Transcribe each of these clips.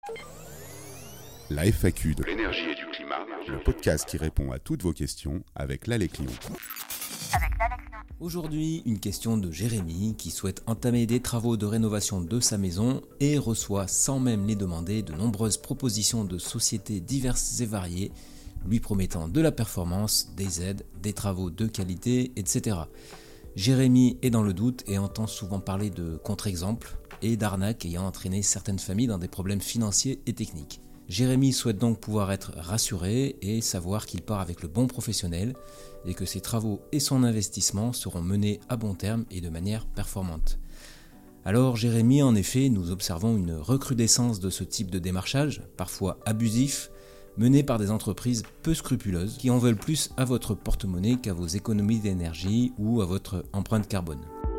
La FAQ de l'énergie et du climat, le podcast qui répond à toutes vos questions avec l'Aleclion. Aujourd'hui, une question de Jérémy qui souhaite entamer des travaux de rénovation de sa maison et reçoit sans même les demander de nombreuses propositions de sociétés diverses et variées, lui promettant de la performance, des aides, des travaux de qualité, etc. Jérémy est dans le doute et entend souvent parler de contre-exemples et d'arnaques ayant entraîné certaines familles dans des problèmes financiers et techniques. Jérémy souhaite donc pouvoir être rassuré et savoir qu'il part avec le bon professionnel et que ses travaux et son investissement seront menés à bon terme et de manière performante. Alors Jérémy, en effet, nous observons une recrudescence de ce type de démarchage, parfois abusif, mené par des entreprises peu scrupuleuses qui en veulent plus à votre porte-monnaie qu'à vos économies d'énergie ou à votre empreinte carbone.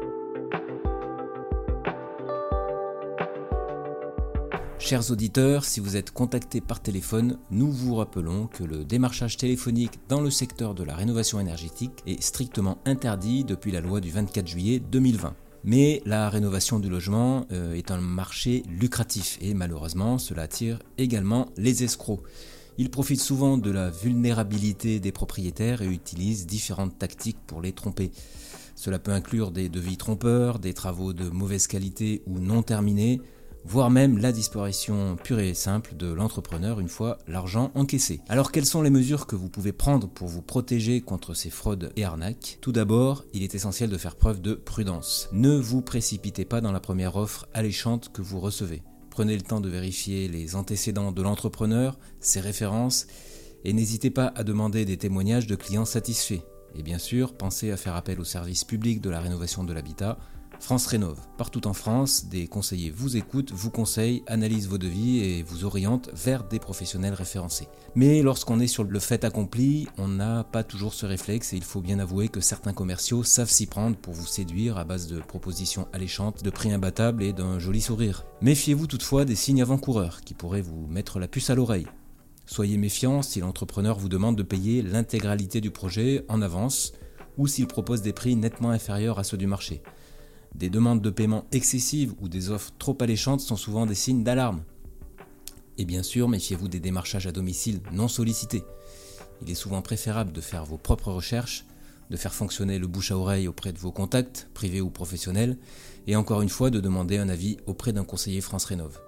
Chers auditeurs, si vous êtes contactés par téléphone, nous vous rappelons que le démarchage téléphonique dans le secteur de la rénovation énergétique est strictement interdit depuis la loi du 24 juillet 2020. Mais la rénovation du logement est un marché lucratif et malheureusement cela attire également les escrocs. Ils profitent souvent de la vulnérabilité des propriétaires et utilisent différentes tactiques pour les tromper. Cela peut inclure des devis trompeurs, des travaux de mauvaise qualité ou non terminés, voire même la disparition pure et simple de l'entrepreneur une fois l'argent encaissé. Alors quelles sont les mesures que vous pouvez prendre pour vous protéger contre ces fraudes et arnaques ? Tout d'abord, il est essentiel de faire preuve de prudence. Ne vous précipitez pas dans la première offre alléchante que vous recevez. Prenez le temps de vérifier les antécédents de l'entrepreneur, ses références, et n'hésitez pas à demander des témoignages de clients satisfaits. Et bien sûr, pensez à faire appel au service public de la rénovation de l'habitat, France Rénov'. Partout en France, des conseillers vous écoutent, vous conseillent, analysent vos devis et vous orientent vers des professionnels référencés. Mais lorsqu'on est sur le fait accompli, on n'a pas toujours ce réflexe et il faut bien avouer que certains commerciaux savent s'y prendre pour vous séduire à base de propositions alléchantes, de prix imbattables et d'un joli sourire. Méfiez-vous toutefois des signes avant-coureurs qui pourraient vous mettre la puce à l'oreille. Soyez méfiant si l'entrepreneur vous demande de payer l'intégralité du projet en avance ou s'il propose des prix nettement inférieurs à ceux du marché. Des demandes de paiement excessives ou des offres trop alléchantes sont souvent des signes d'alarme. Et bien sûr, méfiez-vous des démarchages à domicile non sollicités. Il est souvent préférable de faire vos propres recherches, de faire fonctionner le bouche à oreille auprès de vos contacts, privés ou professionnels, et encore une fois de demander un avis auprès d'un conseiller France Rénov'.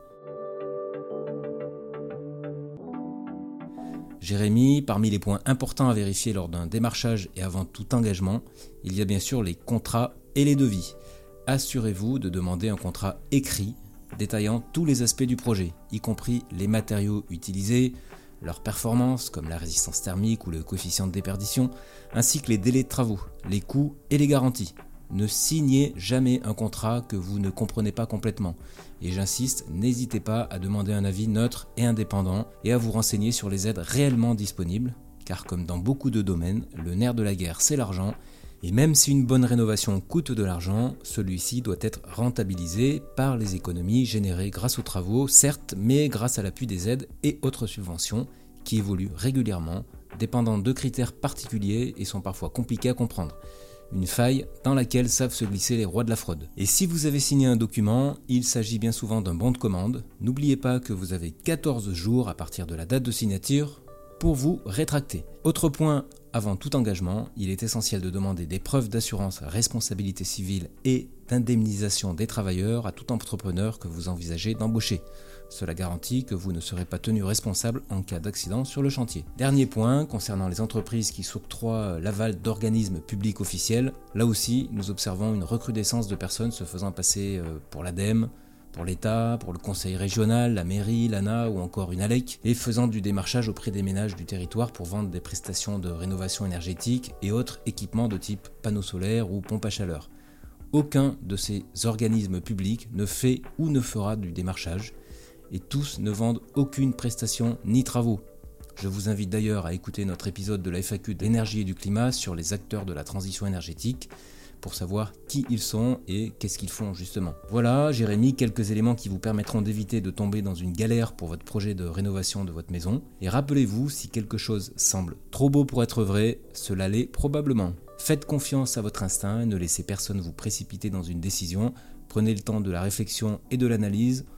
Jérémy, parmi les points importants à vérifier lors d'un démarchage et avant tout engagement, il y a bien sûr les contrats et les devis. Assurez-vous de demander un contrat écrit détaillant tous les aspects du projet, y compris les matériaux utilisés, leurs performances comme la résistance thermique ou le coefficient de déperdition, ainsi que les délais de travaux, les coûts et les garanties. Ne signez jamais un contrat que vous ne comprenez pas complètement. Et j'insiste, n'hésitez pas à demander un avis neutre et indépendant et à vous renseigner sur les aides réellement disponibles, car comme dans beaucoup de domaines, le nerf de la guerre c'est l'argent. Et même si une bonne rénovation coûte de l'argent, celui-ci doit être rentabilisé par les économies générées grâce aux travaux, certes, mais grâce à l'appui des aides et autres subventions qui évoluent régulièrement, dépendant de critères particuliers et sont parfois compliqués à comprendre. Une faille dans laquelle savent se glisser les rois de la fraude. Et si vous avez signé un document, il s'agit bien souvent d'un bon de commande. N'oubliez pas que vous avez 14 jours à partir de la date de signature pour vous rétracter. Autre point, avant tout engagement, il est essentiel de demander des preuves d'assurance responsabilité civile et d'indemnisation des travailleurs à tout entrepreneur que vous envisagez d'embaucher. Cela garantit que vous ne serez pas tenu responsable en cas d'accident sur le chantier. Dernier point, concernant les entreprises qui s'octroient l'aval d'organismes publics officiels, là aussi, nous observons une recrudescence de personnes se faisant passer pour l'ADEME, pour l'État, pour le conseil régional, la mairie, l'ANA ou encore une ALEC, et faisant du démarchage auprès des ménages du territoire pour vendre des prestations de rénovation énergétique et autres équipements de type panneaux solaires ou pompes à chaleur. Aucun de ces organismes publics ne fait ou ne fera du démarchage, et tous ne vendent aucune prestation ni travaux. Je vous invite d'ailleurs à écouter notre épisode de la FAQ de l'énergie et du climat sur les acteurs de la transition énergétique, pour savoir qui ils sont et qu'est-ce qu'ils font justement. Voilà, Jérémy, quelques éléments qui vous permettront d'éviter de tomber dans une galère pour votre projet de rénovation de votre maison. Et rappelez-vous, si quelque chose semble trop beau pour être vrai, cela l'est probablement. Faites confiance à votre instinct, ne laissez personne vous précipiter dans une décision, prenez le temps de la réflexion et de l'analyse.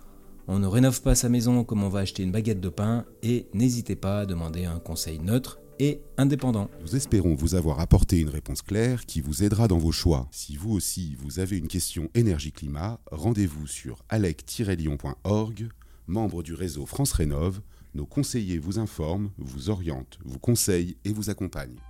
On ne rénove pas sa maison comme on va acheter une baguette de pain et n'hésitez pas à demander un conseil neutre et indépendant. Nous espérons vous avoir apporté une réponse claire qui vous aidera dans vos choix. Si vous aussi vous avez une question énergie-climat, rendez-vous sur alec-lyon.org, membre du réseau France Rénov'. Nos conseillers vous informent, vous orientent, vous conseillent et vous accompagnent.